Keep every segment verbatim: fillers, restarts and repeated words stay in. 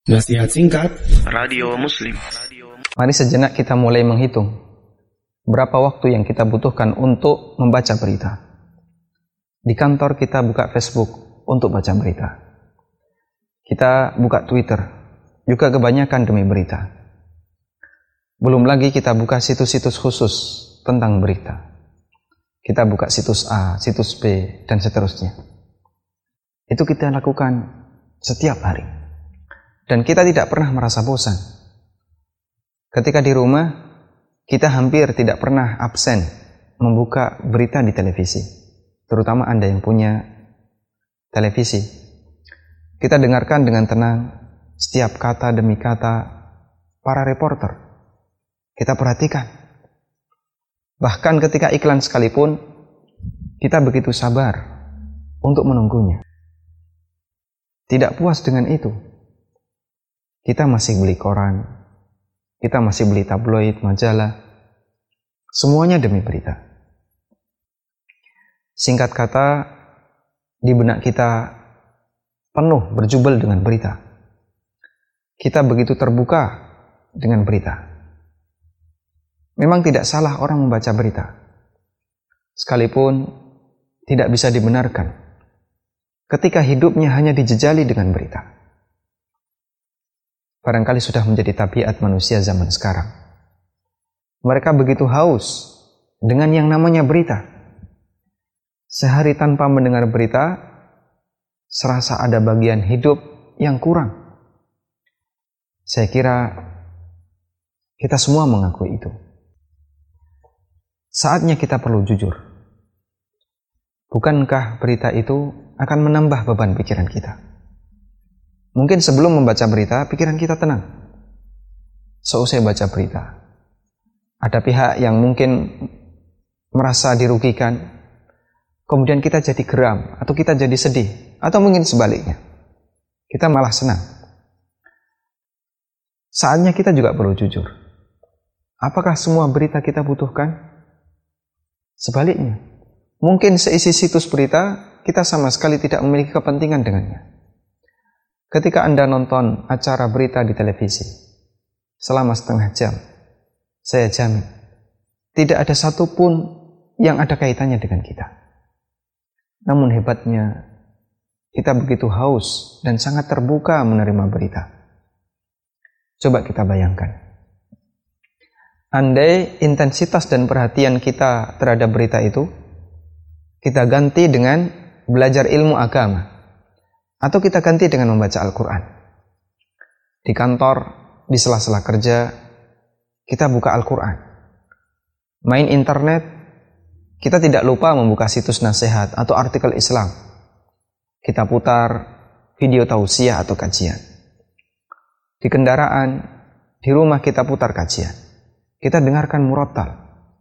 Nasihat singkat Radio Muslim. Mari sejenak kita mulai menghitung berapa waktu yang kita butuhkan untuk membaca berita. Di kantor kita buka Facebook untuk baca berita. Kita buka Twitter juga kebanyakan demi berita. Belum lagi kita buka situs-situs khusus tentang berita. Kita buka situs A, situs B, dan seterusnya. Itu kita lakukan setiap hari. Dan kita tidak pernah merasa bosan. Ketika di rumah, kita hampir tidak pernah absen membuka berita di televisi. Terutama Anda yang punya televisi. Kita dengarkan dengan tenang setiap kata demi kata para reporter. Kita perhatikan. Bahkan ketika iklan sekalipun, kita begitu sabar untuk menunggunya. Tidak puas dengan itu, kita masih beli koran, kita masih beli tabloid, majalah, semuanya demi berita. Singkat kata, di benak kita penuh berjubel dengan berita. Kita begitu terbuka dengan berita. Memang tidak salah orang membaca berita, sekalipun tidak bisa dibenarkan ketika hidupnya hanya dijejali dengan berita. Barangkali sudah menjadi tabiat manusia zaman sekarang. Mereka begitu haus dengan yang namanya berita. Sehari tanpa mendengar berita, serasa ada bagian hidup yang kurang. Saya kira kita semua mengakui itu. Saatnya kita perlu jujur. Bukankah berita itu akan menambah beban pikiran kita? Mungkin sebelum membaca berita, pikiran kita tenang. Seusai baca berita, ada pihak yang mungkin merasa dirugikan, kemudian kita jadi geram, atau kita jadi sedih, atau mungkin sebaliknya. Kita malah senang. Saatnya kita juga perlu jujur. Apakah semua berita kita butuhkan? Sebaliknya, mungkin seisi situs berita, kita sama sekali tidak memiliki kepentingan dengannya. Ketika Anda nonton acara berita di televisi selama setengah jam, saya jamin tidak ada satupun yang ada kaitannya dengan kita. Namun hebatnya, kita begitu haus dan sangat terbuka menerima berita. Coba kita bayangkan. Andai intensitas dan perhatian kita terhadap berita itu kita ganti dengan belajar ilmu agama, atau kita ganti dengan membaca Al-Quran. Di kantor, di sela-sela kerja, kita buka Al-Quran. Main internet, kita tidak lupa membuka situs nasihat atau artikel Islam. Kita putar video tausiah atau kajian. Di kendaraan, di rumah kita putar kajian. Kita dengarkan murattal.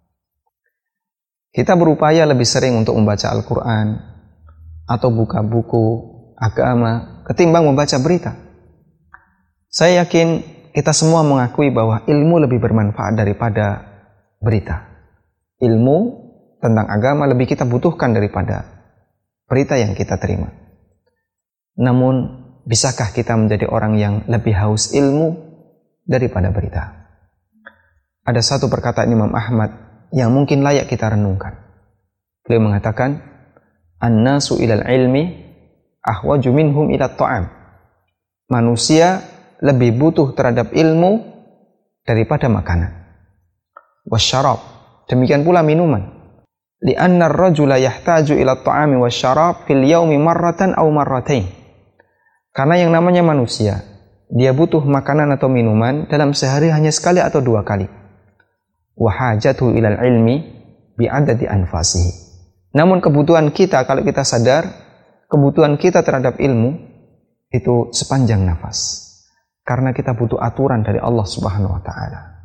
Kita berupaya lebih sering untuk membaca Al-Quran atau buka buku agama ketimbang membaca berita. Saya yakin kita semua mengakui bahwa ilmu lebih bermanfaat daripada berita. Ilmu tentang agama lebih kita butuhkan daripada berita yang kita terima. Namun, bisakah kita menjadi orang yang lebih haus ilmu daripada berita? Ada satu perkataan Imam Ahmad yang mungkin layak kita renungkan. Beliau mengatakan, "An-nasu ilal ilmi ahwaju minhum ila ta'am." Manusia lebih butuh terhadap ilmu daripada makanan. Wasyarab, demikian pula minuman. Li'anna ar-rajula yahtaju ila ta'ami wasyarab fil yaumi marratan aw marratain. Karena yang namanya manusia, dia butuh makanan atau minuman dalam sehari hanya sekali atau dua kali. Wa hajatuhu ilal ilmi bi'adadi anfasihi. Namun kebutuhan kita, kalau kita sadar, kebutuhan kita terhadap ilmu itu sepanjang nafas. Karena kita butuh aturan dari Allah Subhanahu wa taala.